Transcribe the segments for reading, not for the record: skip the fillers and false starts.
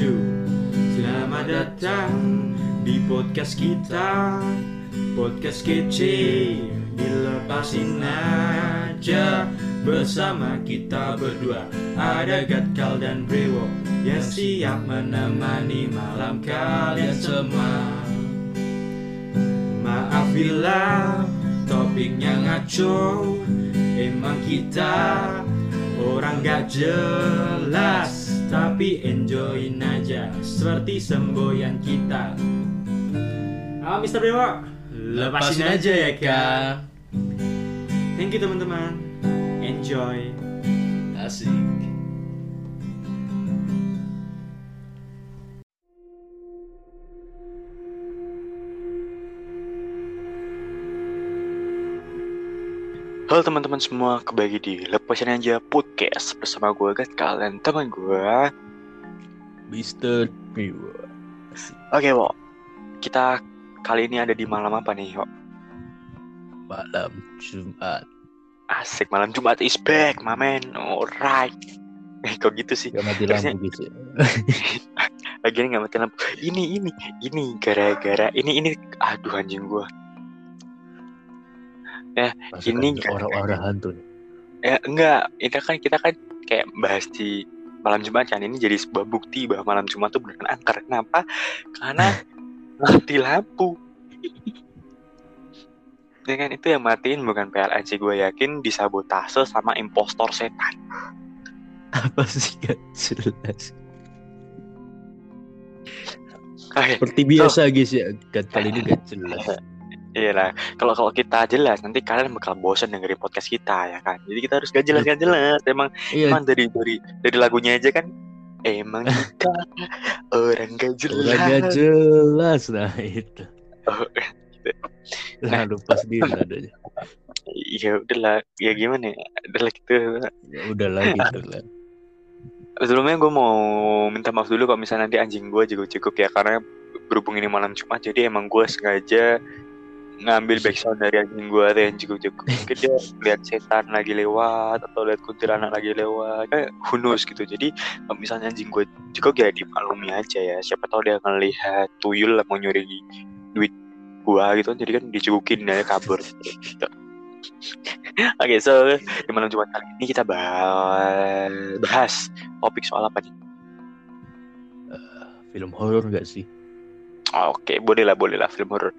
wabarakatuh. Selamat datang di podcast kita, podcast kece. Dilepasin aja bersama kita berdua. Ada Gatkal dan Brewo yang siap menemani malam kalian semua. Maaf bila topiknya ngaco, emang kita orang gak jelas, tapi enjoyin aja seperti semboyan kita. Mr. Brewo, lepasin aja ya Kak. Thank you teman-teman. Enjoy. Asik. Halo teman-teman semua, kembali di Lepasin Aja Podcast bersama gue Gatkal dan teman gue Mr. Brewo. Oke, Bo. Kita kali ini ada di malam apa nih, Bo? Malam Jumat. Asik, malam Jumat is back, my man. Alright. Kok gitu sih? Gak mati lampu gitu. Lagian gak mati lampu. Ini gara-gara ini. Aduh anjing gue. Ya, Masuk ini orang-orang hantu nih. Ya enggak, kita kan kayak bahas di malam Jumat kan. Ini jadi sebuah bukti bahwa malam Jumat tuh beneran angker. Kenapa? Karena mati lampu. Ya kan, itu yang matiin bukan PLN sih, gue yakin disabotase sama impostor setan. Apa sih gak jelas. Oke, Seperti biasa guys ya, kali ini gak jelas. iya lah, kalau kita jelas nanti kalian bakal bosan dengerin podcast kita ya kan. Jadi kita harus gak jelas. Emang dari lagunya aja kan. Emang kita orang gak jelas. Orang gak jelas, nah itu. Oh, gitu. Nah, lupa sendiri nadanya. Ya udahlah, ya gimana ya, udahlah gitu. Ya udahlah gitu lah. Sebelumnya gue mau minta maaf dulu kalau misalnya nanti anjing gue jeguk-jeguk ya, karena berhubung ini malam Jumat, jadi emang gue sengaja ngambil backsound dari anjing gue ada yang jeguk-jeguk. Mungkin dia lihat setan lagi lewat atau lihat kuntilanak lagi lewat, kayak who knows gitu. Jadi kalau misalnya anjing gue jeguk ya dimaklumi aja ya, siapa tahu dia ngelihat tuyul mau nyuri duit gue gitu, jadi kan dijegukin dia kabur gitu. Oke, so di malam Jumat kali ini kita bahas topik soal apa nih? Film horor gak sih? Oke, boleh lah film horor.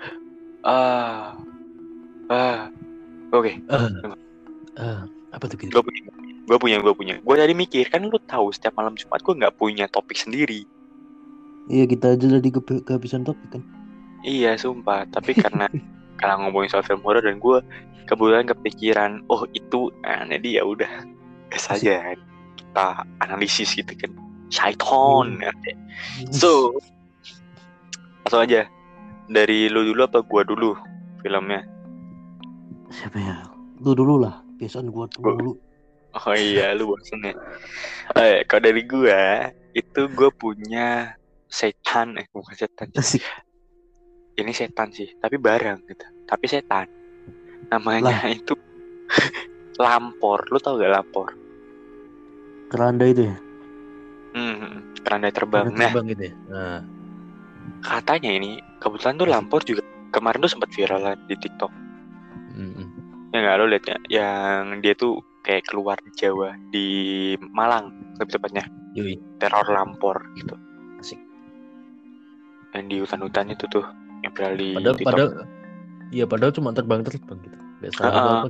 Oke. Apa tuh gitu? Gue punya. Gue tadi mikir, kan lu tahu setiap malam Jumat gue nggak punya topik sendiri. Iya, kita aja jadi kehabisan topik kan. Iya, sumpah. Tapi karena ngomongin soal film horor dan gue kebetulan kepikiran, oh itu, jadi ya udah, biasa aja kita analisis gitu kan, syaiton. So, langsung aja. Dari lu dulu apa gua dulu filmnya? Siapa ya? Lu dulu lah, biasaan gua dulu. Oh iya, lu bosen ya. Kalau dari gua, itu gua punya setan, bukan setan. Ini setan sih, tapi barang gitu. Tapi setan. Namanya itu Lampor. Lu tau gak Lampor? Keranda itu ya? Keranda terbang. Terbang gitu ya? Nah. Katanya ini kebetulan tuh Lampor juga kemarin tuh sempat viral di TikTok. Ya nggak, lo liat ya, yang dia tuh kayak keluar di Jawa, di Malang lebih tepatnya. Yui. Teror Lampor gitu. Asik. Dan di hutan-hutan itu tuh yang viral di TikTok. Padahal cuma terbang gitu. Gak salah apa.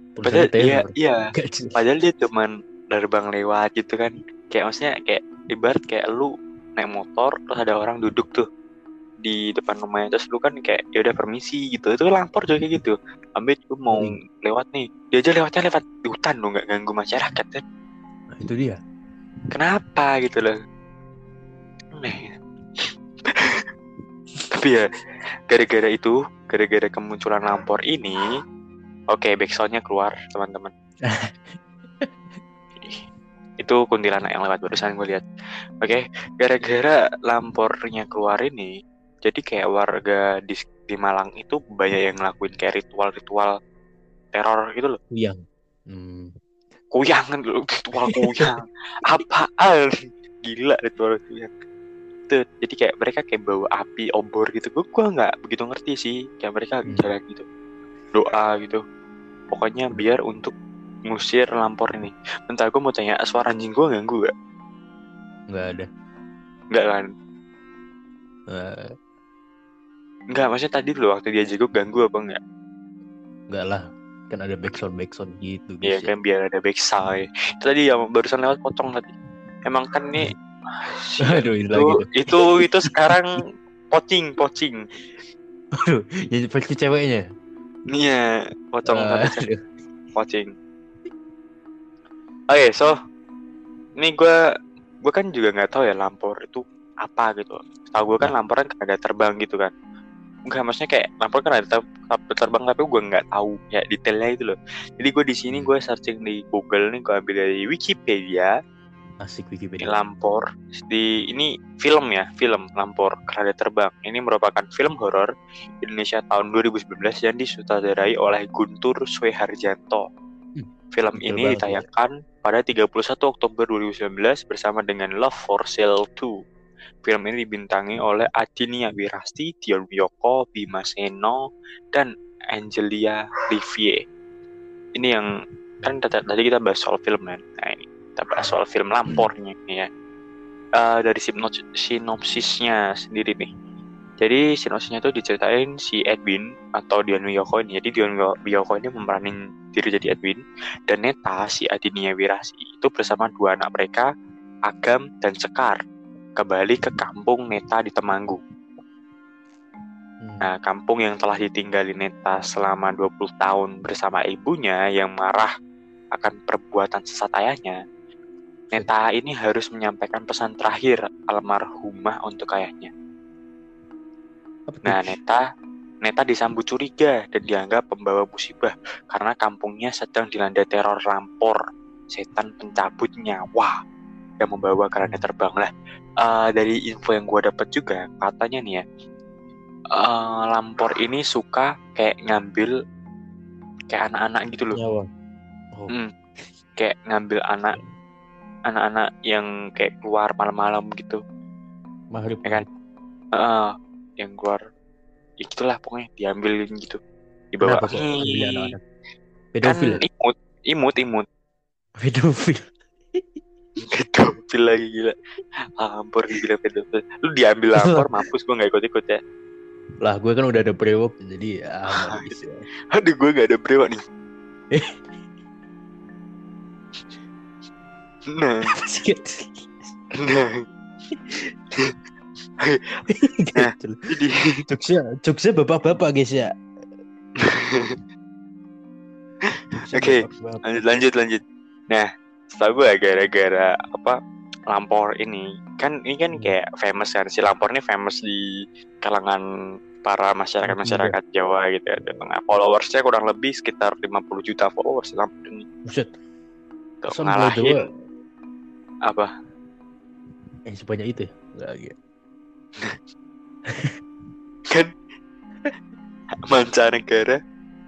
Padahal dia cuman terbang lewat gitu kan. Kayak maksudnya kayak ibarat kayak lu naik motor terus ada orang duduk tuh di depan rumahnya, terus lu kan kayak ya udah permisi gitu. Itu Lampor juga kayak gitu. Ambil lu mau lewat nih, dia aja lewatnya lewat di hutan loh, nggak ganggu masyarakat kan. Nah, itu dia. Kenapa gitu loh. Tapi ya gara-gara kemunculan Lampor ini, oke, backsoundnya keluar teman-teman. Itu kuntilanak yang lewat barusan gue lihat. Oke, gara-gara Lampornya keluar ini, jadi kayak warga di Malang itu banyak yang ngelakuin kayak ritual teror gitu loh. Kuyang kan, ritual kuyang. Apaan? Gila ritual kuyang. gitu. Jadi kayak mereka kayak bawa api obor gitu. Gue nggak begitu ngerti sih. Kayak mereka jalan gitu, doa gitu. Pokoknya biar untuk ngusir lampor ini. Bentar, gue mau tanya, suara anjing gue ganggu gak? Nggak ada. Nggak kan? Eh, Nggak, maksudnya tadi dulu waktu dia jenguk ganggu apa enggak? Nggak lah. Kan ada backsound gitu Iya guys ya. kan, biar ada backside. Itu tadi yang barusan lewat pocong tadi. Emang kan nih Aduh, ini lagi tuh. itu sekarang pocing. Aduh, jadi versi ceweknya. Iya, pocong tapi Aduh. pocing. Oke, so ini gue kan juga nggak tahu ya lampor itu apa gitu. Tahu gue kan lampor kan ada terbang gitu kan. Enggak, maksudnya kayak lampor kan ada terbang tapi gue nggak tahu ya detailnya itu loh. Jadi gue di sini gue searching di Google nih, gue ambil dari Wikipedia. Asik Wikipedia. Lampor ini film ya, film Lampor Kerada Terbang. Ini merupakan film horor Indonesia tahun 2019 yang disutradarai oleh Guntur Sweharjanto. Film ini ditayangkan pada 31 Oktober 2019 bersama dengan Love for Sale 2. Film ini dibintangi oleh Adinia Wirasti, Dion Wiyoko, Bima Seno, dan Angelia Rivier. Ini yang kan tadi kita bahas soal film kan. Nah ini kita bahas soal film Lampornya nih ya. Dari sinopsisnya sendiri nih. Jadi sinopsisnya itu diceritain si Edwin atau Dion Wiyoko ini. Jadi Dion Wiyoko ini memeranin diri jadi Edwin, dan Neta si Adinia Wirasti itu bersama dua anak mereka, Agam dan Sekar, kembali ke kampung Neta di Temanggung. Nah, kampung yang telah ditinggali Neta selama 20 tahun bersama ibunya yang marah akan perbuatan sesat ayahnya. Neta ini harus menyampaikan pesan terakhir almarhumah untuk ayahnya. Nah, Neta disambut curiga dan dianggap pembawa musibah karena kampungnya sedang dilanda teror lampor, setan pencabut nyawa yang membawa keranda terbang lah. Dari info yang gue dapat juga katanya nih ya, lampor ini suka kayak ngambil kayak anak-anak gitu loh. Nyawa. Kayak ngambil anak-anak yang kayak keluar malam-malam gitu. Maghrib ya kan? Yang keluar ya gitulah, pokoknya diambilin gitu, dibawa. Kenapa kok ambil anak-anak? Kan Pedofil. imut Pedofil. pedofil lagi, gila. Lampor dibilang pedofil. Lu diambil lampor, mampus, gue gak ikut-ikut ya. Lah gue kan udah ada brewok, jadi aman bisa. Aduh, gue gak ada brewok nih. Nah, jadi jokesnya bapak-bapak guys ya. Oke, lanjut. Nah, setelah gue gara-gara apa lampor ini kan kayak famous kan, si lampor ini famous di kalangan para masyarakat Jawa gitu ya. Nah, followersnya kurang lebih sekitar 50 juta followers lampor ini. Buset. Tuh, ngalahin apa? Sebanyak itu ya? Enggak gitu. Kan mancanegara,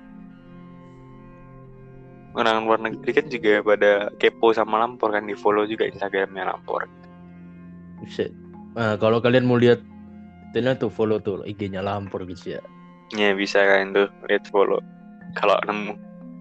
orang luar negeri kan juga pada kepo sama lampor kan, di follow juga Instagramnya lampor. Buset. Nah, kalau kalian mau lihat detailnya tuh follow tuh IG-nya lampor guys ya. Ya bisa kan tuh lihat follow kalau nemu.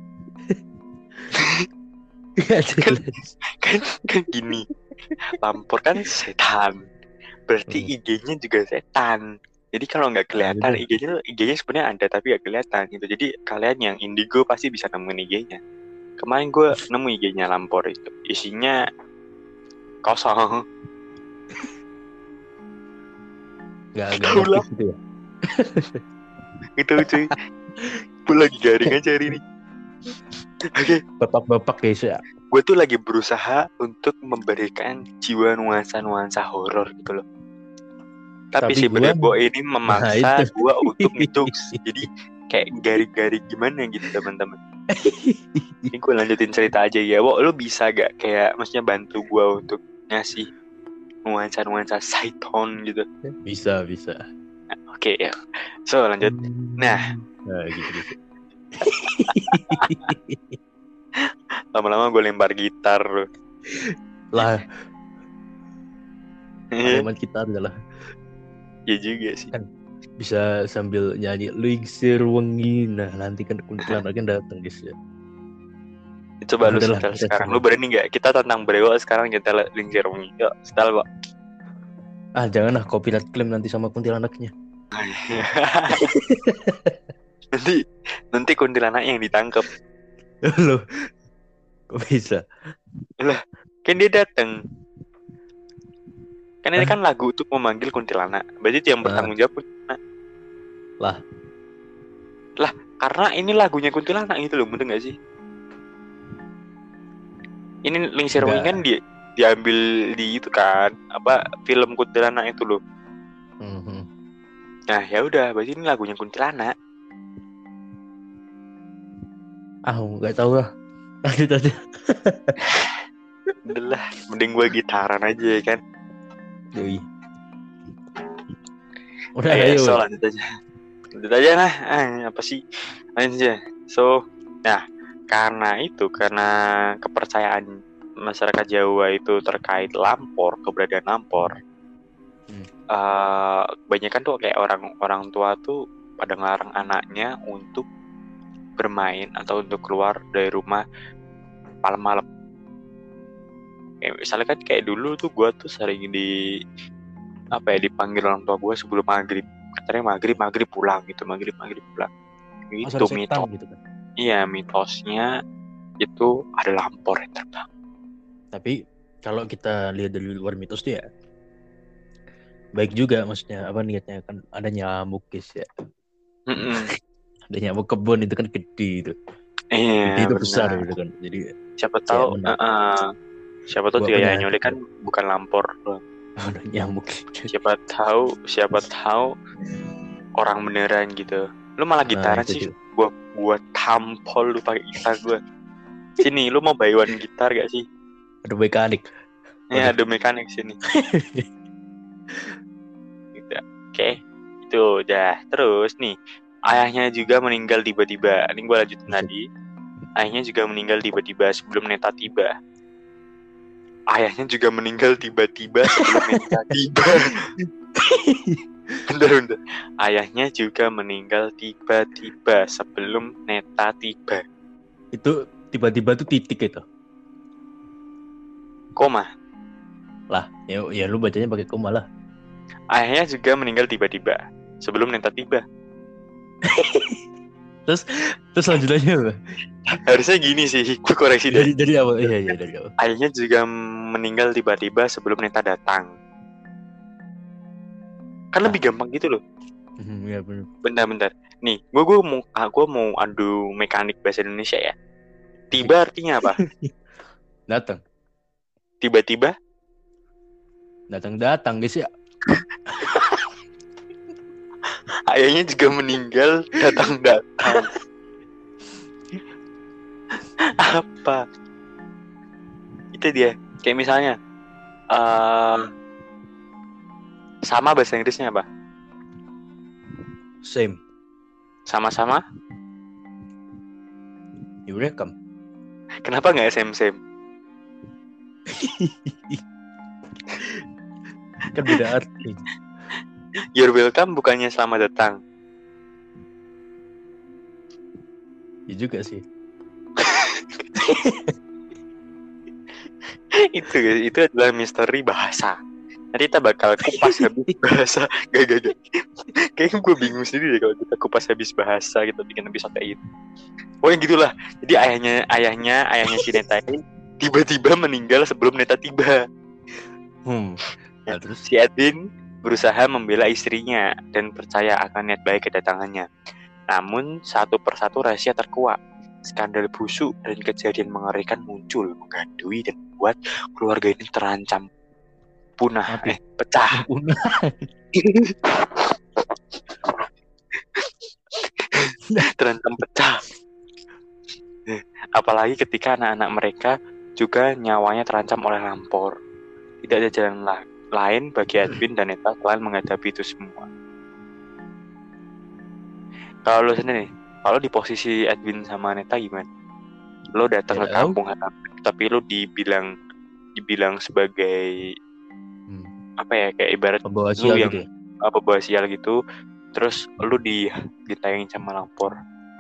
kan gini, lampor kan setan, berarti IG-nya juga setan. Jadi kalau nggak kelihatan IG-nya sebenarnya ada tapi nggak kelihatan gitu. Jadi kalian yang indigo pasti bisa nemuin IG-nya. Kemarin gue nemu IG-nya lampor itu, isinya kosong. Gak aktif gitu ya. Itu cuy, gue lagi garing aja hari ini. Oke. Bapak-bapak guys ya. Gue tuh lagi berusaha untuk memberikan jiwa nuansa horor gitu loh. Tapi si Bebo ini memaksa gue untuk jokes. Jadi kayak garing-garing gimana gitu teman-teman. Ini gue lanjutin cerita aja ya. Lo bisa gak kayak maksudnya bantu gue untuk ngasih nuansa side tone gitu? Bisa. Nah, oke ya. So lanjut. Nah gitu. Lama-lama gue lempar gitar lah. Kalimat kita adalah Ya juga sih. kan bisa sambil nyanyi lingsir wengi. Nah, nanti kan kuntilanaknya datang guys ya. Coba lu Udahlah, setel kita sekarang. coba. Lu berani nggak? Kita tantang Brewok sekarang nyetel Lingsir Wengi. Yuk, setel kok. Janganlah copyright claim nanti sama kuntilanaknya. nanti kuntilanak yang ditangkap. Loh, kok bisa? Kan dia datang. Kan ini kan lagu untuk memanggil kuntilanak. Berarti itu yang bertanggung jawab kuntilanak. Lah, karena ini lagunya kuntilanak gitu loh, bener nggak sih? Ini Lingsir Wengi kan diambil di itu kan, apa film kuntilanak itu loh. Nah, ya udah, berarti ini lagunya kuntilanak. Nggak tahu lah. Lanjut aja. Udah lah, mending gue gitaran aja kan. Yoi. Udah Ayo, ayo. lanjut aja nah. Apa sih? Lanjut aja. So, nah, karena kepercayaan masyarakat Jawa itu terkait lampor, keberadaan lampor. Kebanyakan tuh kayak orang tua tuh pada ngelarang anaknya untuk bermain atau untuk keluar dari rumah malam-malam. Misalnya kan kayak dulu tuh gue tuh sering dipanggil orang tua gue sebelum maghrib. Katanya maghrib pulang gitu, maghrib pulang. Itu mitos. Gitu kan. Iya, mitosnya itu ada lampor yang terbang. Tapi kalau kita lihat dari luar mitos tuh ya baik juga, maksudnya apa niatnya kan ada nyamuk guys ya. Ada nyamuk kebun itu kan gede itu. Iya, itu benar. Besar gitu kan. Jadi siapa tahu Tia Nyoli kan bukan lampor doang. Ada nyamuk. Siapa tahu orang beneran gitu. Lu malah gitaran sih. Gua tampol lu pakai gitar gua. Sini, lu mau buy one gitar gak sih? Ada mekanik. Iya, ada mekanik sini. Gitu. Oke. Itu udah. Terus nih, ayahnya juga meninggal tiba-tiba. Ini gua lanjutin tadi. Ayahnya juga meninggal tiba-tiba sebelum Neta tiba. Ayahnya juga meninggal tiba-tiba sebelum Neta tiba. Bentar. Ayahnya juga meninggal tiba-tiba sebelum Neta tiba. Itu tiba-tiba tuh titik itu. Koma. Lah, ya lu bacanya pakai koma lah. Ayahnya juga meninggal tiba-tiba sebelum Neta tiba. Terus lanjutannya apa? Harusnya gini sih, gue koreksi deh. Dari awal. Iya, dari awal. Ayahnya juga meninggal tiba-tiba sebelum Neta datang. Kan lebih gampang gitu loh. Iya benar. Bentar. Nih, gue mau adu mekanik bahasa Indonesia ya. Tiba artinya apa? Datang Tiba-tiba? Datang guys ya. Ayahnya juga meninggal datang. Apa? Itu dia. Kayak misalnya sama bahasa Inggrisnya apa? Same. Sama-sama? You welcome. Kenapa nggak same? Kan beda arti. You're welcome bukannya selamat datang. Ya juga sih. itu adalah misteri bahasa. Nanti kita bakal kupas habis bahasa. Gak. Kayaknya gue bingung sendiri deh kalau kita kupas habis bahasa, kita bikin episode kayak gitu. Pokoknya gitulah. Jadi ayahnya si Neta ini tiba-tiba meninggal sebelum Neta tiba. Terus Si Edwin berusaha membela istrinya dan percaya akan niat baik kedatangannya. Namun satu persatu rahasia terkuak. Skandal busuk dan kejadian mengerikan muncul, menggandui dan membuat keluarga ini terancam punah, pecah. Terancam pecah. Apalagi ketika anak-anak mereka juga nyawanya terancam oleh lampor. Tidak ada jalan lain bagi Edwin dan Neta selain menghadapi itu semua. Kalau lo sendiri, kalau di posisi Edwin sama Neta gimana? Lo datang ke kampung tapi lo dibilang sebagai apa ya, kayak ibarat Pembawa lu sial yang gitu ya. pembawa sial gitu, terus lu ditayangin sama lampor.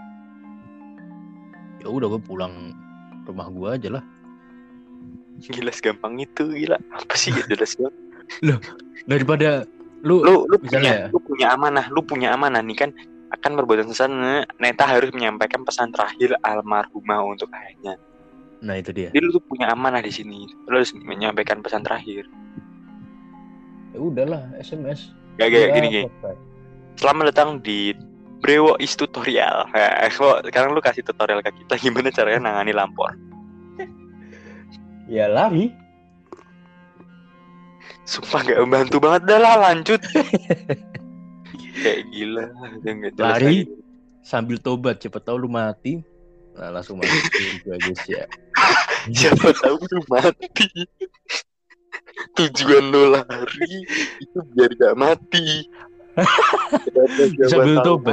Ya udah gue pulang rumah gue aja lah. Gila segampang itu, gila. Apa sih gak jelas banget. Loh, daripada lu misalnya lu punya amanah nih kan, akan berbuat sesana. Neta harus menyampaikan pesan terakhir almarhumah untuk ayahnya. nah itu dia. Jadi lu tuh punya amanah di sini. Lu harus menyampaikan pesan terakhir. Ya udahlah, SMS. Gak gini. Selamat datang di Brewo is tutorial. Nah, sekarang lu kasih tutorial ke kita gimana caranya nangani lampor. Ya lari. Sumpah gak membantu banget, dah lah lanjut. Kayak gila, udah gak jelas Lari lagi. sambil tobat, siapa tahu lu mati. Nah, langsung mati juga guys ya. Siapa tahu lu mati. Tujuan lu lari itu biar gak mati. Sambil tobat.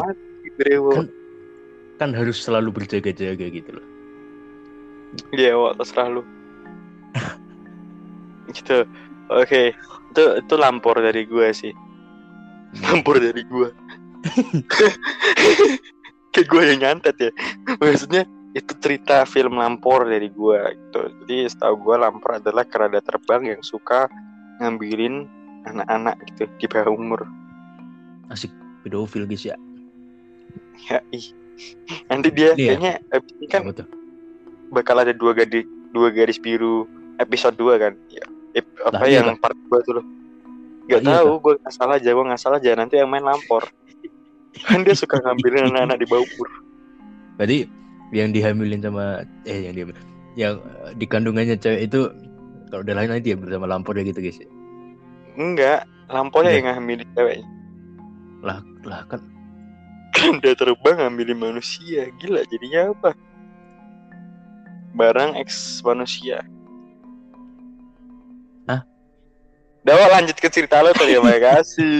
Kan Kan harus selalu berjaga-jaga gitu loh. Iya, terserah lu. Gitu. Oke. Itu lampor dari gua sih. Lampor dari gua. Kayak gua yang nyantet ya. Maksudnya itu cerita film lampor dari gua gitu. Jadi setahu gua lampor adalah kerada terbang yang suka ngambilin anak-anak gitu di bawah umur. Asik pedofil guys ya. Ya, nanti dia Iya. kayaknya abis ini kan Apa tuh? bakal ada dua garis biru episode 2 kan ya, apa Lah, iya yang part 2 tuh loh. Gak Lah, iya tahu, gue nggak salah aja nanti yang main lampor. Kan dia suka ngambilin anak-anak di bawah umur. Berarti yang dihamilin sama yang di kandungannya cewek itu kalau udah lain nanti ya bersama lampor ya gitu guys ya. Enggak, lampornya Iya. yang ngambilin ceweknya. Lah kan Kan dia terbang ngambilin manusia. Gila, jadinya apa? Barang X manusia. Hah? Dawa lanjut ke cerita lo, terima kasih.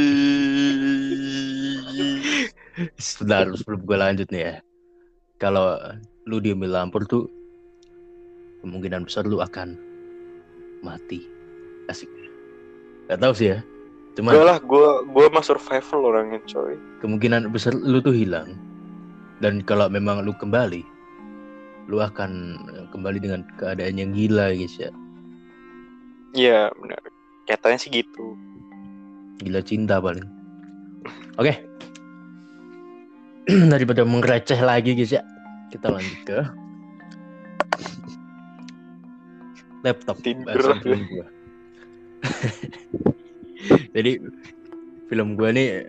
sebentar sebelum gue lanjut nih ya. Kalau lu diambil lampor tuh kemungkinan besar lu akan mati. Asik. Gak tahu sih ya. Cuman Gue lah, gue mah survival orangnya coy. kemungkinan besar lu tuh hilang. Dan kalau memang lu kembali, lu akan kembali dengan keadaan yang gila guys ya. Iya benar. Katanya sih gitu. Gila cinta paling. Oke. Daripada mengereceh lagi guys ya, kita lanjut ke laptop. Tidur. Bahasan film gua. Jadi film gua nih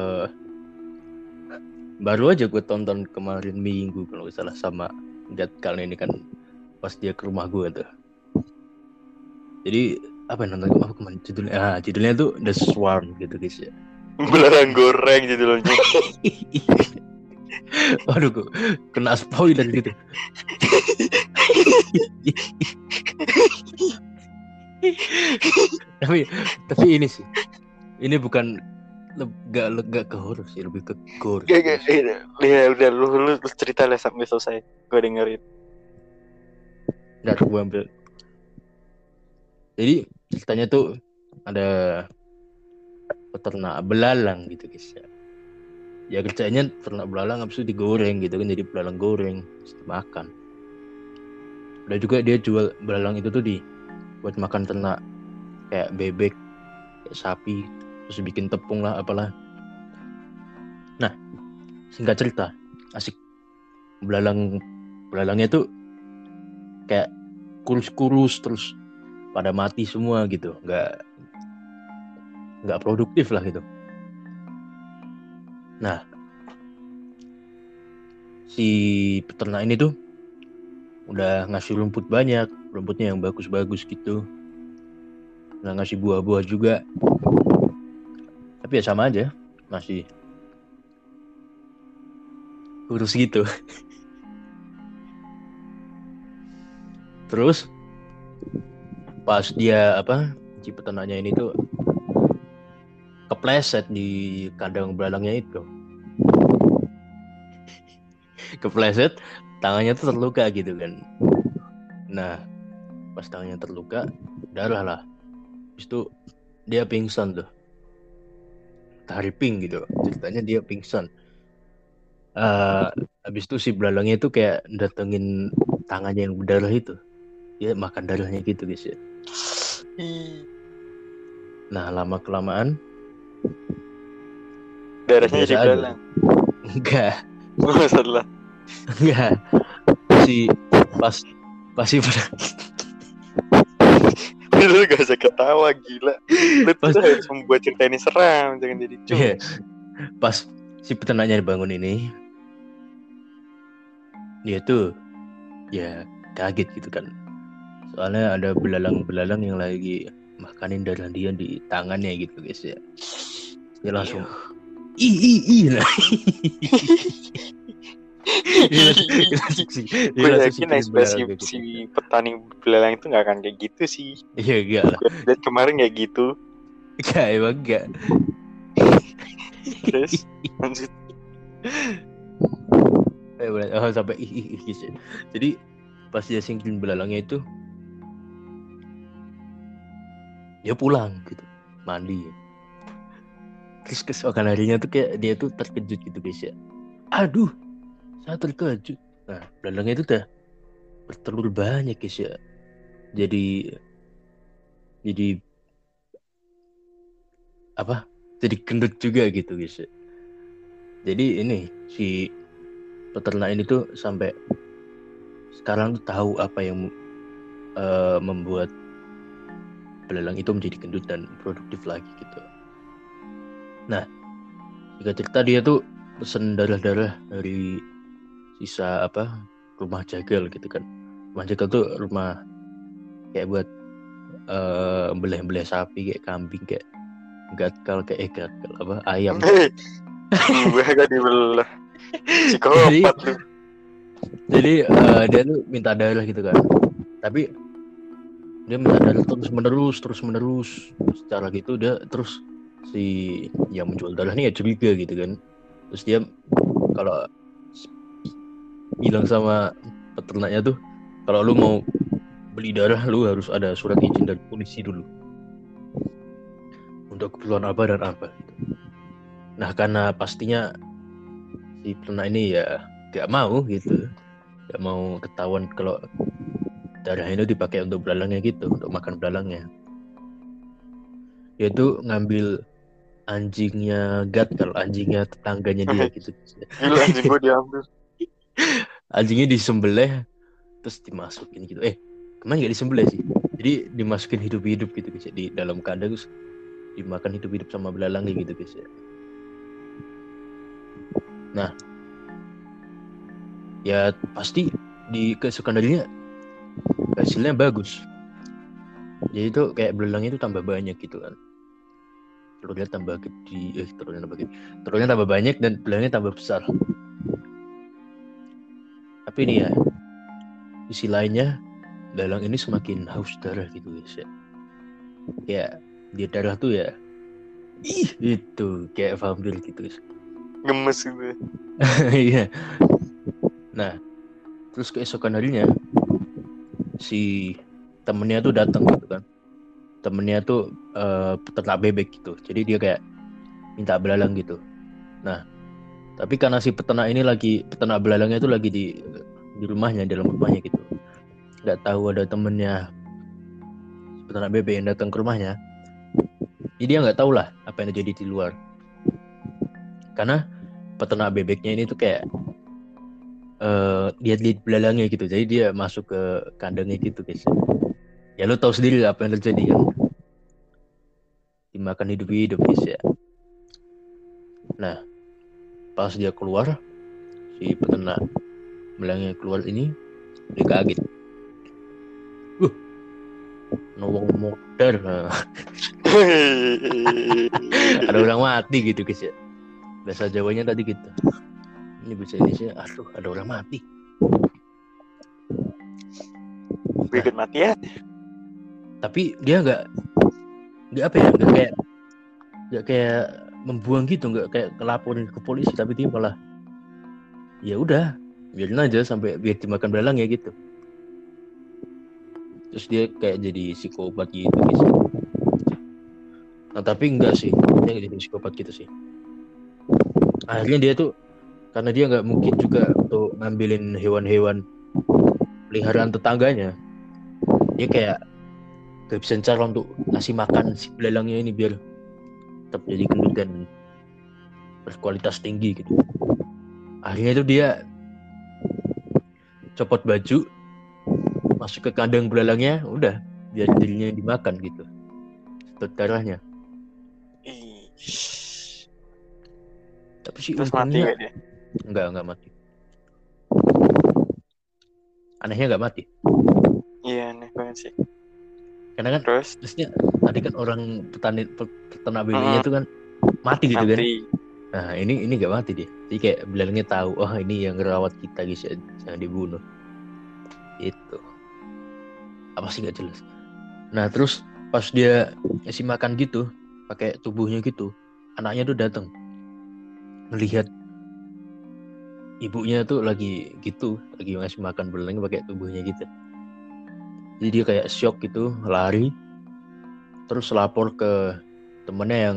baru aja gue tonton kemarin minggu kalau nggak salah sama Gat kali ini kan pas dia ke rumah gue tuh. Jadi apa yang nonton apa kemarin judulnya? Judulnya tuh The Swarm gitu guys ya. Belerang goreng judulnya. Waduh, gue kena spoiler gitu. tapi ini sih, ini bukan gak ke horor sih, lebih ke gore. Gak. Ya udah lu cerita lah sampai selesai. Gue dengerin. Nggak, gue ambil. Jadi ceritanya tuh ada peternak belalang gitu guys ya. Ya kerjanya ternak belalang habis itu digoreng gitu kan, jadi belalang goreng terus dimakan. Udah juga dia jual belalang itu tuh buat makan ternak kayak bebek, kayak sapi, terus bikin tepung lah apalah. Nah, singkat cerita, asik. Belalangnya tuh kayak kurus-kurus terus pada mati semua gitu, nggak produktif lah gitu. Nah, si peternak ini tuh udah ngasih rumput banyak, rumputnya yang bagus-bagus gitu. Nah, ngasih buah-buah juga. Tapi ya sama aja, masih kurus gitu. Terus pas dia si peternaknya ini tuh kepleset di kandang belalangnya itu. Kepleset, tangannya tuh terluka gitu kan. Nah, pas tangannya terluka, darah lah. Habis itu dia pingsan tuh. Tariping gitu ceritanya, dia pingsan. Habis itu si belalangnya itu kayak datengin tangannya yang berdarah itu, dia makan darahnya gitu guys ya. Nah lama kelamaan Darahnya biasa jadi aja. belalang. Enggak Masalah. si pas si Lu gak usah ketawa, gila. Lu tuh Pas- harus membuat cerita ini seram, jangan jadi Iya. cus. Pas si peternaknya dibangun ini, dia tuh ya kaget gitu kan, soalnya ada belalang yang lagi makanin darah dia di tangannya gitu guys ya. Dia langsung nah. Gue yakin ekspresi si petani belalang itu gak akan kayak gitu sih. Iya enggak lah. Dan kemarin kayak gitu. Enggak, emang enggak. Terus lanjut. Sampai gitu. Jadi pas dia singkirin belalangnya itu, dia pulang gitu, mandi. Terus keesokan harinya tuh kayak dia tuh terkejut gitu guys ya. Aduh, saya terkejut. Nah, belalangnya itu udah bertelur banyak guys ya. Jadi apa? Jadi gendut juga gitu guys ya. Jadi ini si peternak ini tuh sampai sekarang tuh tahu apa yang membuat belalang itu menjadi gendut dan produktif lagi gitu. Nah, jika cerita dia tuh pesen darah-darah dari sisa rumah jagal gitu kan. Rumah jagal tuh rumah kayak buat beleh-beleh sapi, kayak kambing, kayak gatkal, ayam. Gue gak dibelah. Psikopat lu. Jadi dia tuh minta darah gitu kan. Tapi dia minta darah terus menerus. Secara gitu dia terus si yang menjual darahnya ya curiga gitu kan. Terus dia kalau bilang sama peternaknya tuh, kalau lu mau beli darah lu harus ada surat izin dari polisi dulu untuk keperluan apa dan apa gitu. Nah karena pastinya si peternak ini ya gak mau gitu, gak mau ketahuan kalau darah itu dipakai untuk belalangnya gitu, untuk makan belalangnya. Dia tuh ngambil anjingnya kalau anjingnya tetangganya dia gitu. Gila, anjing gue diambil. Anjingnya disembelih terus dimasukin gitu. Kemana nggak disembelih sih? Jadi dimasukin hidup-hidup gitu guys. Di dalam kandang terus dimakan hidup-hidup sama belalangnya gitu guys ya. Nah, ya pasti di keesokan harinya hasilnya bagus. Jadi itu kayak belalangnya itu tambah banyak gitu kan. Telurnya tambah gede, telurnya tambah banyak dan belalangnya tambah besar. Tapi ini ya, sisi lainnya belalang ini semakin haus darah gitu guys ya. Kayak dia darah tuh ya, itu kayak vampir gitu guys. Gemes gitu. Iya. Nah, terus keesokan harinya si temennya tuh datang gitu kan. Temennya tuh peternak bebek gitu. Jadi dia kayak minta belalang gitu. Nah, tapi karena si peternak belalangnya itu lagi di rumahnya, dalam rumahnya gitu. Nggak tahu ada temennya peternak bebek yang datang ke rumahnya. Jadi dia nggak tahu lah apa yang terjadi di luar. Karena peternak bebeknya ini tuh kayak dia lihat belalangnya gitu. Jadi dia masuk ke kandangnya gitu guys. Ya lo tahu sendiri apa yang terjadi kan. Dimakan hidup-hidup guys ya. Nah, pas dia keluar, si peternak belalangnya keluar ini, dia kaget. Nawang modar. Ada orang mati gitu guys ya. Bahasa Jawanya tadi gitu. Ini bahasa Indonesia, aduh ada orang mati. Bikin mati ya. Tapi dia nggak kayak membuang gitu, nggak kayak ngelaporin ke polisi, tapi dia malah ya udah biarin aja sampai biar dimakan belalang ya gitu. Terus dia kayak jadi psikopat gitu guys. Nah tapi enggak sih, dia nggak jadi psikopat gitu sih. Akhirnya dia tuh karena dia nggak mungkin juga untuk ngambilin hewan-hewan peliharaan tetangganya, dia kayak kehabisan cara untuk ngasih makan si belalangnya ini biar tetap jadi gendut dan berkualitas tinggi gitu. Akhirnya itu dia copot baju, masuk ke kandang belalangnya, udah biar dirinya dimakan gitu, sedot darahnya. Ih. Tapi sih Terus mati untungnya gak dia? enggak mati. Anehnya enggak mati. Iya aneh banget sih. Karena kan Terus terusnya tadi kan orang peternak belenya itu kan mati gitu kan. mati. Nah ini enggak mati dia. Jadi kayak belalangnya tahu, oh ini yang ngerawat kita guys, jangan dibunuh. Itu apa sih nggak jelas. Nah terus pas dia ngasih makan gitu, pakai tubuhnya gitu, anaknya tuh datang melihat ibunya tuh lagi gitu, lagi ngasih makan belalangnya pakai tubuhnya gitu. Jadi dia kayak shock gitu, lari, terus lapor ke temennya yang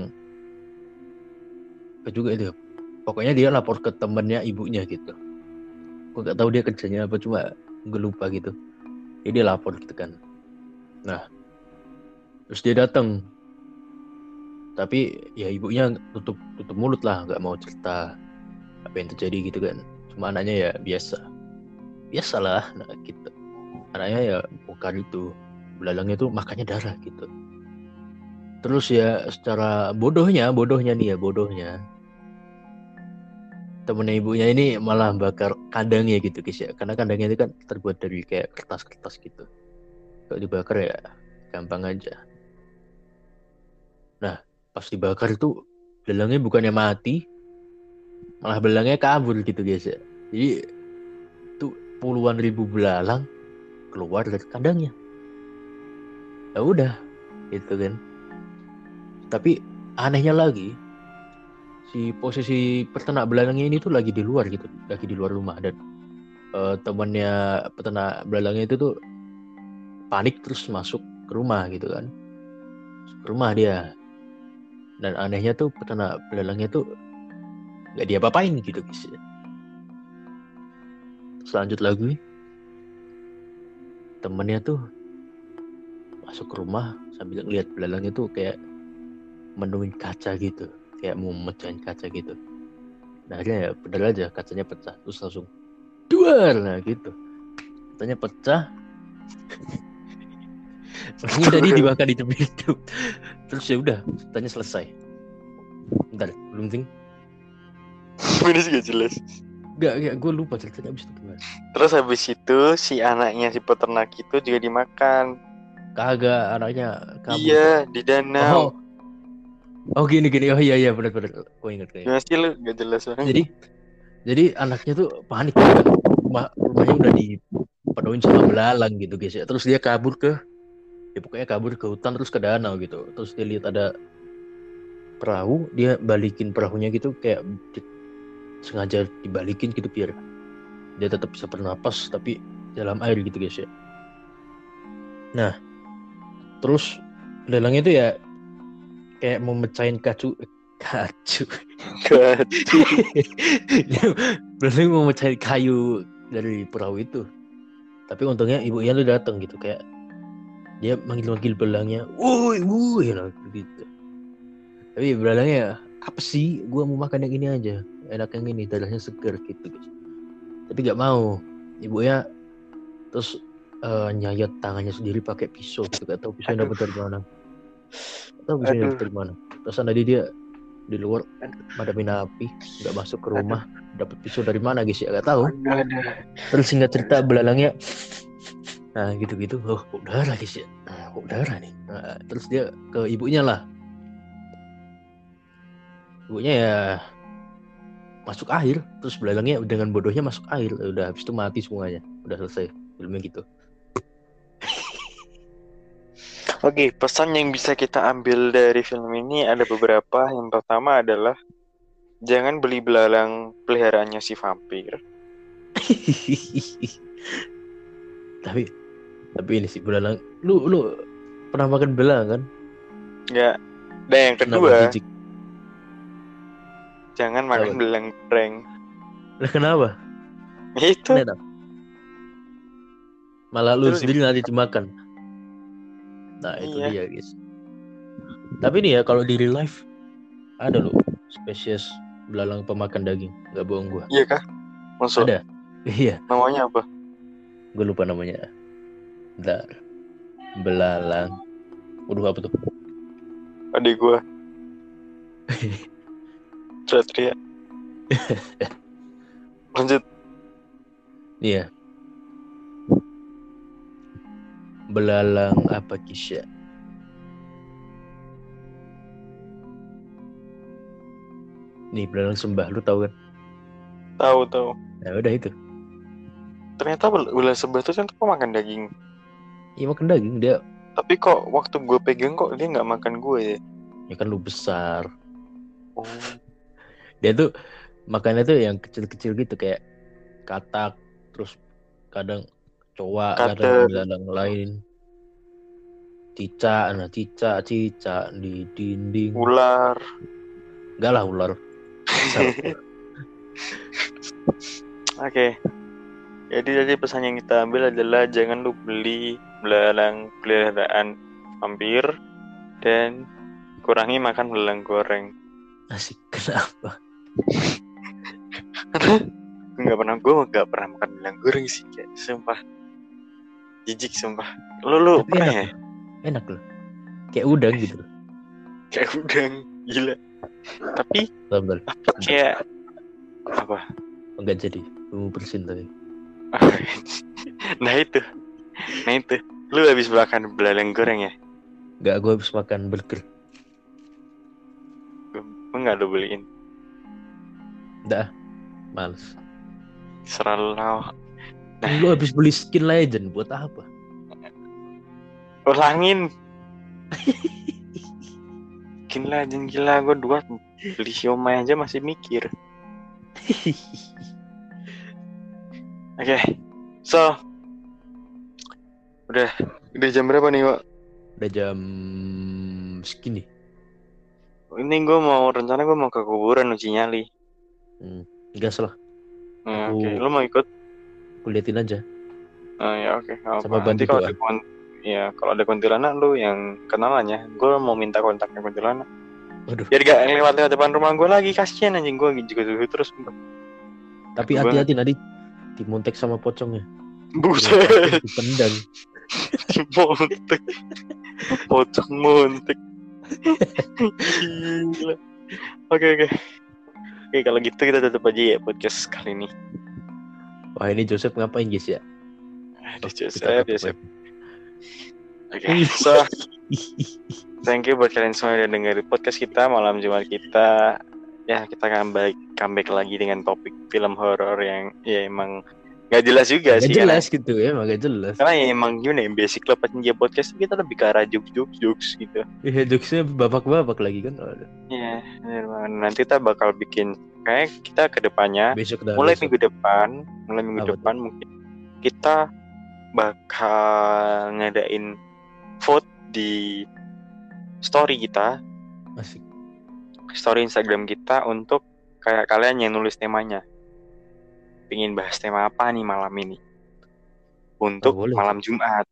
juga itu. Pokoknya dia lapor ke temennya ibunya gitu. Gue nggak tahu dia kerjanya apa, cuma gue lupa gitu. Jadi dia lapor gitu kan. Nah, terus dia datang. Tapi ya ibunya tutup mulut lah, nggak mau cerita apa yang terjadi gitu kan. Cuma anaknya ya biasalah, nah gitu. Anaknya ya bongkar itu, belalangnya tuh makannya darah gitu. Terus ya secara bodohnya temennya ibunya ini malah bakar kandangnya gitu guys ya, karena kandangnya itu kan terbuat dari kayak kertas-kertas gitu. Kalau dibakar ya gampang aja. Nah pas dibakar itu belalangnya bukannya mati, malah belalangnya kabur gitu guys ya. Jadi tuh puluhan ribu belalang keluar dari kandangnya. Ya udah gitu kan. Tapi anehnya lagi, si posisi peternak belalangnya ini tuh lagi di luar gitu, lagi di luar rumah, dan temannya peternak belalangnya itu tuh panik terus masuk ke rumah gitu kan, ke rumah dia. Dan anehnya tuh peternak belalangnya tuh nggak diapa-apain gitu guys. Terus lanjut lagi, temennya tuh masuk ke rumah sambil ngeliat belalangnya tuh kayak menuin kaca gitu, kayak mau mecahin kaca gitu. Nah akhirnya ya bener aja kacanya pecah, terus langsung duar, nah gitu kacanya pecah. Udah dia dimakan di tepi itu. Terus ya udah ceritanya selesai. Bentar belum ting. Ini sih gak jelas. Gak, gue lupa ceritanya abis itu gimana. Terus habis itu si anaknya si peternak itu juga dimakan. Kagak, anaknya kabur. Iya di danau. Oh gini. Oh iya benar. Gue ingat kayak. Gimana sih lu gak jelas banget. Jadi anaknya tuh panik kan. Rumahnya udah dipenuhin sama belalang gitu guys ya. Terus dia kabur ke hutan, terus ke danau gitu. Terus dia lihat ada perahu, dia balikin perahunya gitu, kayak sengaja dibalikin gitu biar dia tetap bisa bernapas tapi dalam air gitu guys ya. Nah terus belalangnya itu ya kayak mau mecahin kacu. Belalangnya mau mecahin kayu dari perahu itu, tapi untungnya ibunya tuh datang gitu, kayak dia manggil belalangnya, wuih gitu. Tapi belalangnya, apa sih, gua mau makan yang ini aja, enak yang ini, darahnya segar gitu guys. Tapi gak mau. Ibunya terus nyayat tangannya sendiri pakai pisau gitu, gak tahu pisau dapat dari mana. Terus tadi dia di luar madamin api, nggak masuk ke rumah, dapat pisau dari mana guys ya, gak tahu. Terus singkat cerita belalangnya nah gitu, oh kok darah guys ya, kok darah nih. Nah, terus dia ke ibunya lah, ibunya ya masuk air, terus belalangnya dengan bodohnya masuk air, udah habis itu mati semuanya, udah selesai filmnya gitu. Oke, pesan yang bisa kita ambil dari film ini ada beberapa. Yang pertama adalah jangan beli belalang peliharaannya si vampir. tapi ini sih belalang, lu pernah makan belalang kan? Enggak. Dan yang Kenapa kedua, jijik? jangan makan Kenapa? belalang goreng. Lah kenapa? Itu Kan enak. Malah lu Terus sendiri nanti dimakan. Nah itu Iya. dia guys. Tapi nih ya kalau di real life ada loh spesies belalang pemakan daging. Gak bohong gua. iya kah? Maksud Ada. Iya. namanya apa? Gue lupa namanya. Bentar. Belalang. Waduh apa tuh? Adik gua. Teriak. Lanjut. Iya. Belalang apa Kisya? Nih belalang sembah lu tahu kan? Tahu. Nah udah itu. Ternyata belalang sembah itu kan makan daging. Iya makan daging dia. Tapi kok waktu gue pegang kok dia nggak makan gue ya? Ya kan lu besar. Oh. Dia tuh makannya tuh yang kecil-kecil gitu kayak katak, terus kadang coa, Katak. kadang belalang lain. Cicak di dinding. Ular. Enggak lah ular. Oke. Jadi pesan yang kita ambil adalah jangan lu beli belalang peliharaan vampir dan kurangi makan belalang goreng. Asik, kenapa? Gue nggak pernah makan belalang goreng sih, kayak sumpah jijik sumpah. Lu Tapi pernah enak ya? loh. Enak loh. Kayak udang gitu loh. Kayak udang, gila. Tapi Bentar. kayak apa? Enggak jadi. Bumbu bersin tadi. Nah itu, lu habis makan belalang goreng ya? Enggak, gue habis makan burger. Gue nggak lu beliin. Enggak, males. Selalu. Lu habis beli skin legend buat apa? Ulangin. Gila, gue dua beli siomay aja masih mikir. Oke, so udah jam berapa nih, Wak? Udah jam segini. Ini gue rencana mau ke kuburan uji nyali. Gas lah. Oke, lu mau ikut? Aku liatin aja. Ya oke. Sama Nanti bantu kalau ada kuntilanak lu yang kenalannya, gue mau minta kontaknya kuntilanak. Waduh. Biar gak lewat depan rumah gue lagi, kasihan anjing gue juga terus. Tapi hati-hati nanti dimontek sama pocongnya. Buset. Dipendang. Montek. Pocong montek. Gila. Oke. Oke, kalau gitu kita tutup aja ya podcast kali ini. Wah ini Joseph ngapain guys ya? Joseph. Oke, so thank you buat kalian semua yang udah dengerin podcast kita malam Jumat kita. Ya kita akan comeback lagi dengan topik film horor yang ya emang gak jelas juga sih. Gak jelas gitu ya, gak jelas. Karena ya emang gimana ya, basic lo pas dia podcast kita lebih ke arah jokes gitu. Iya jokesnya babak-babak lagi kan. Iya, nanti kita bakal bikin kayak kita ke depannya mulai minggu depan mungkin kita bakal ngadain vote di story kita. Asik. Story Instagram kita untuk kayak kalian yang nulis temanya. Pengen bahas tema apa nih malam ini? Untuk malam Jumat.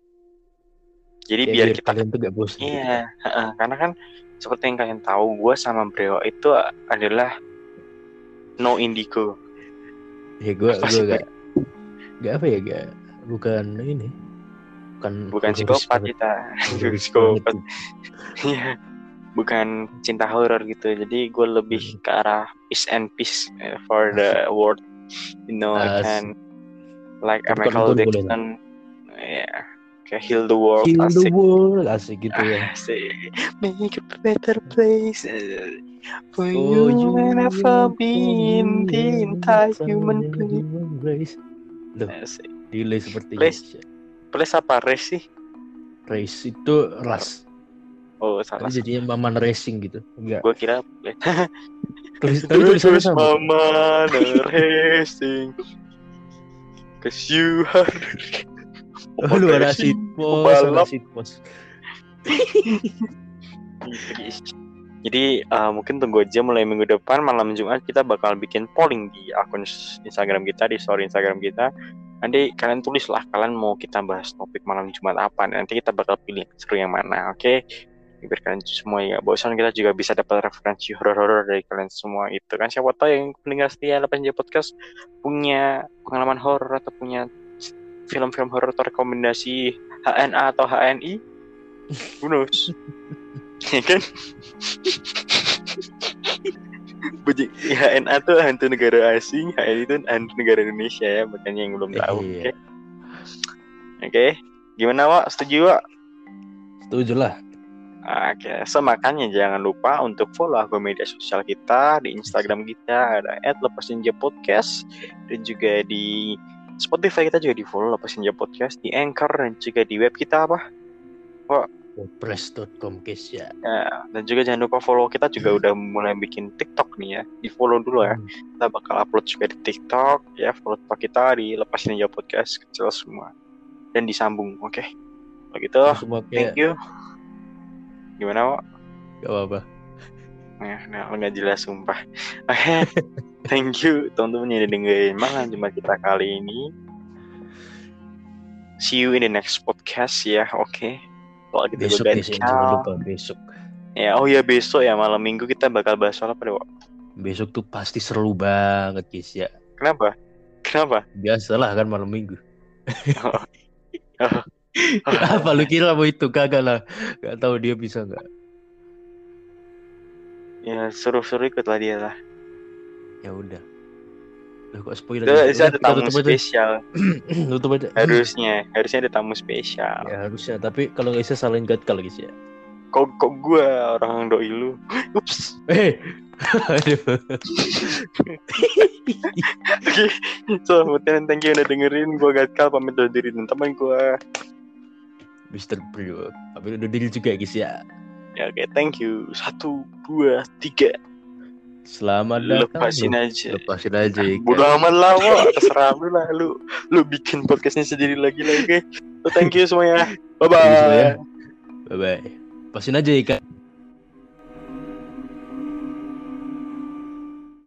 Jadi ya, biar kita kalian tuh gak bosan. Iya, karena kan seperti yang kalian tahu, gue sama Breo itu adalah no indigo. Ya gue gak apa ya, bukan ini. Bukan psikopat kita. Psikopat. Iya. Bukan cinta horor gitu. Jadi gue lebih ke arah peace for the world. You know, and like Michael Jackson. Yeah. Kayak heal the world. Heal the world. Asik gitu ya. Asik. Make a better place for you and ever been the entire human race. Loh, delay seperti ini. Place apa? Race sih? Race itu ras. Oh salah. Jadi jadinya Maman Racing gitu. Enggak. Gue kira tulisannya sama. Maman Racing. Cause you are. Lu ada sitpos. Gitu, guys. Jadi mungkin tunggu aja mulai minggu depan malam Jumat kita bakal bikin polling di akun Instagram kita, di story Instagram kita. Nanti kalian tulislah kalian mau kita bahas topik malam Jumat apa. Nanti kita bakal pilih seru yang mana, oke? Biar kalian semua ya bosan, kita juga bisa dapat referensi horor-horor dari kalian semua itu kan. Siapa tahu yang pendengar setia 8 Podcast punya pengalaman horor atau punya film-film horor atau rekomendasi HNA atau HNI. Who knows? Ya kan? HNA tuh hantu negara asing, HNI itu hantu negara Indonesia ya, makanya yang belum tahu. Oke. Gimana Wak? Setuju Wak? Setuju lah. Oke, so makanya jangan lupa untuk follow akun media sosial kita. Di Instagram kita ada @lepasinjapodcast, dan juga di Spotify kita juga di follow Lepasinja Podcast, di Anchor, dan juga di web kita apa? WordPress.com guys ya. Dan juga jangan lupa follow kita juga udah mulai bikin TikTok nih ya. Di follow dulu ya. Kita bakal upload juga di TikTok ya. Follow kita di Lepasinja Podcast kecil semua. Dan disambung, oke? Kalau gitu, thank you. Gimana Wak? Gak apa-apa. Nah, nggak jelas sumpah. Oke, thank you teman-teman yang dengerin malam Jumat kita kali ini. See you in the next podcast ya, oke? Kalau kita Besok jangan lupa besok. Ya, oh ya besok ya malam Minggu kita bakal bahas soal apa deh, Wak? Besok tuh pasti seru banget guys ya. Kenapa? Biasalah kan malam Minggu. Apa lu kira mau itu? Kagak lah. Gak tahu dia bisa nggak. Ya seru-seru ikutlah dia lah. Ya udah. Loh, kok spoiler? Ada tamu spesial. Tutup aja. Harusnya ada tamu spesial. Ya harusnya. Tapi kalau nggak bisa salahin Gatkal guys ya. Kok gue orang doi lu. Ups. Aduh. Oke, so thank you udah dengerin. Gue Gatkal pamit undur diri dan teman gue Mr. Bro. Tapi udah deal juga guys ya. Ya oke, thank you. 1, 2, 3. Selamat datang. Lepasin aja. Bodo amat lah, Wak. Terserah lu lah. Lu bikin podcastnya sendiri lagi lah, oke? So, thank you semuanya. Bye bye. Bye bye. Lepasin aja Ika.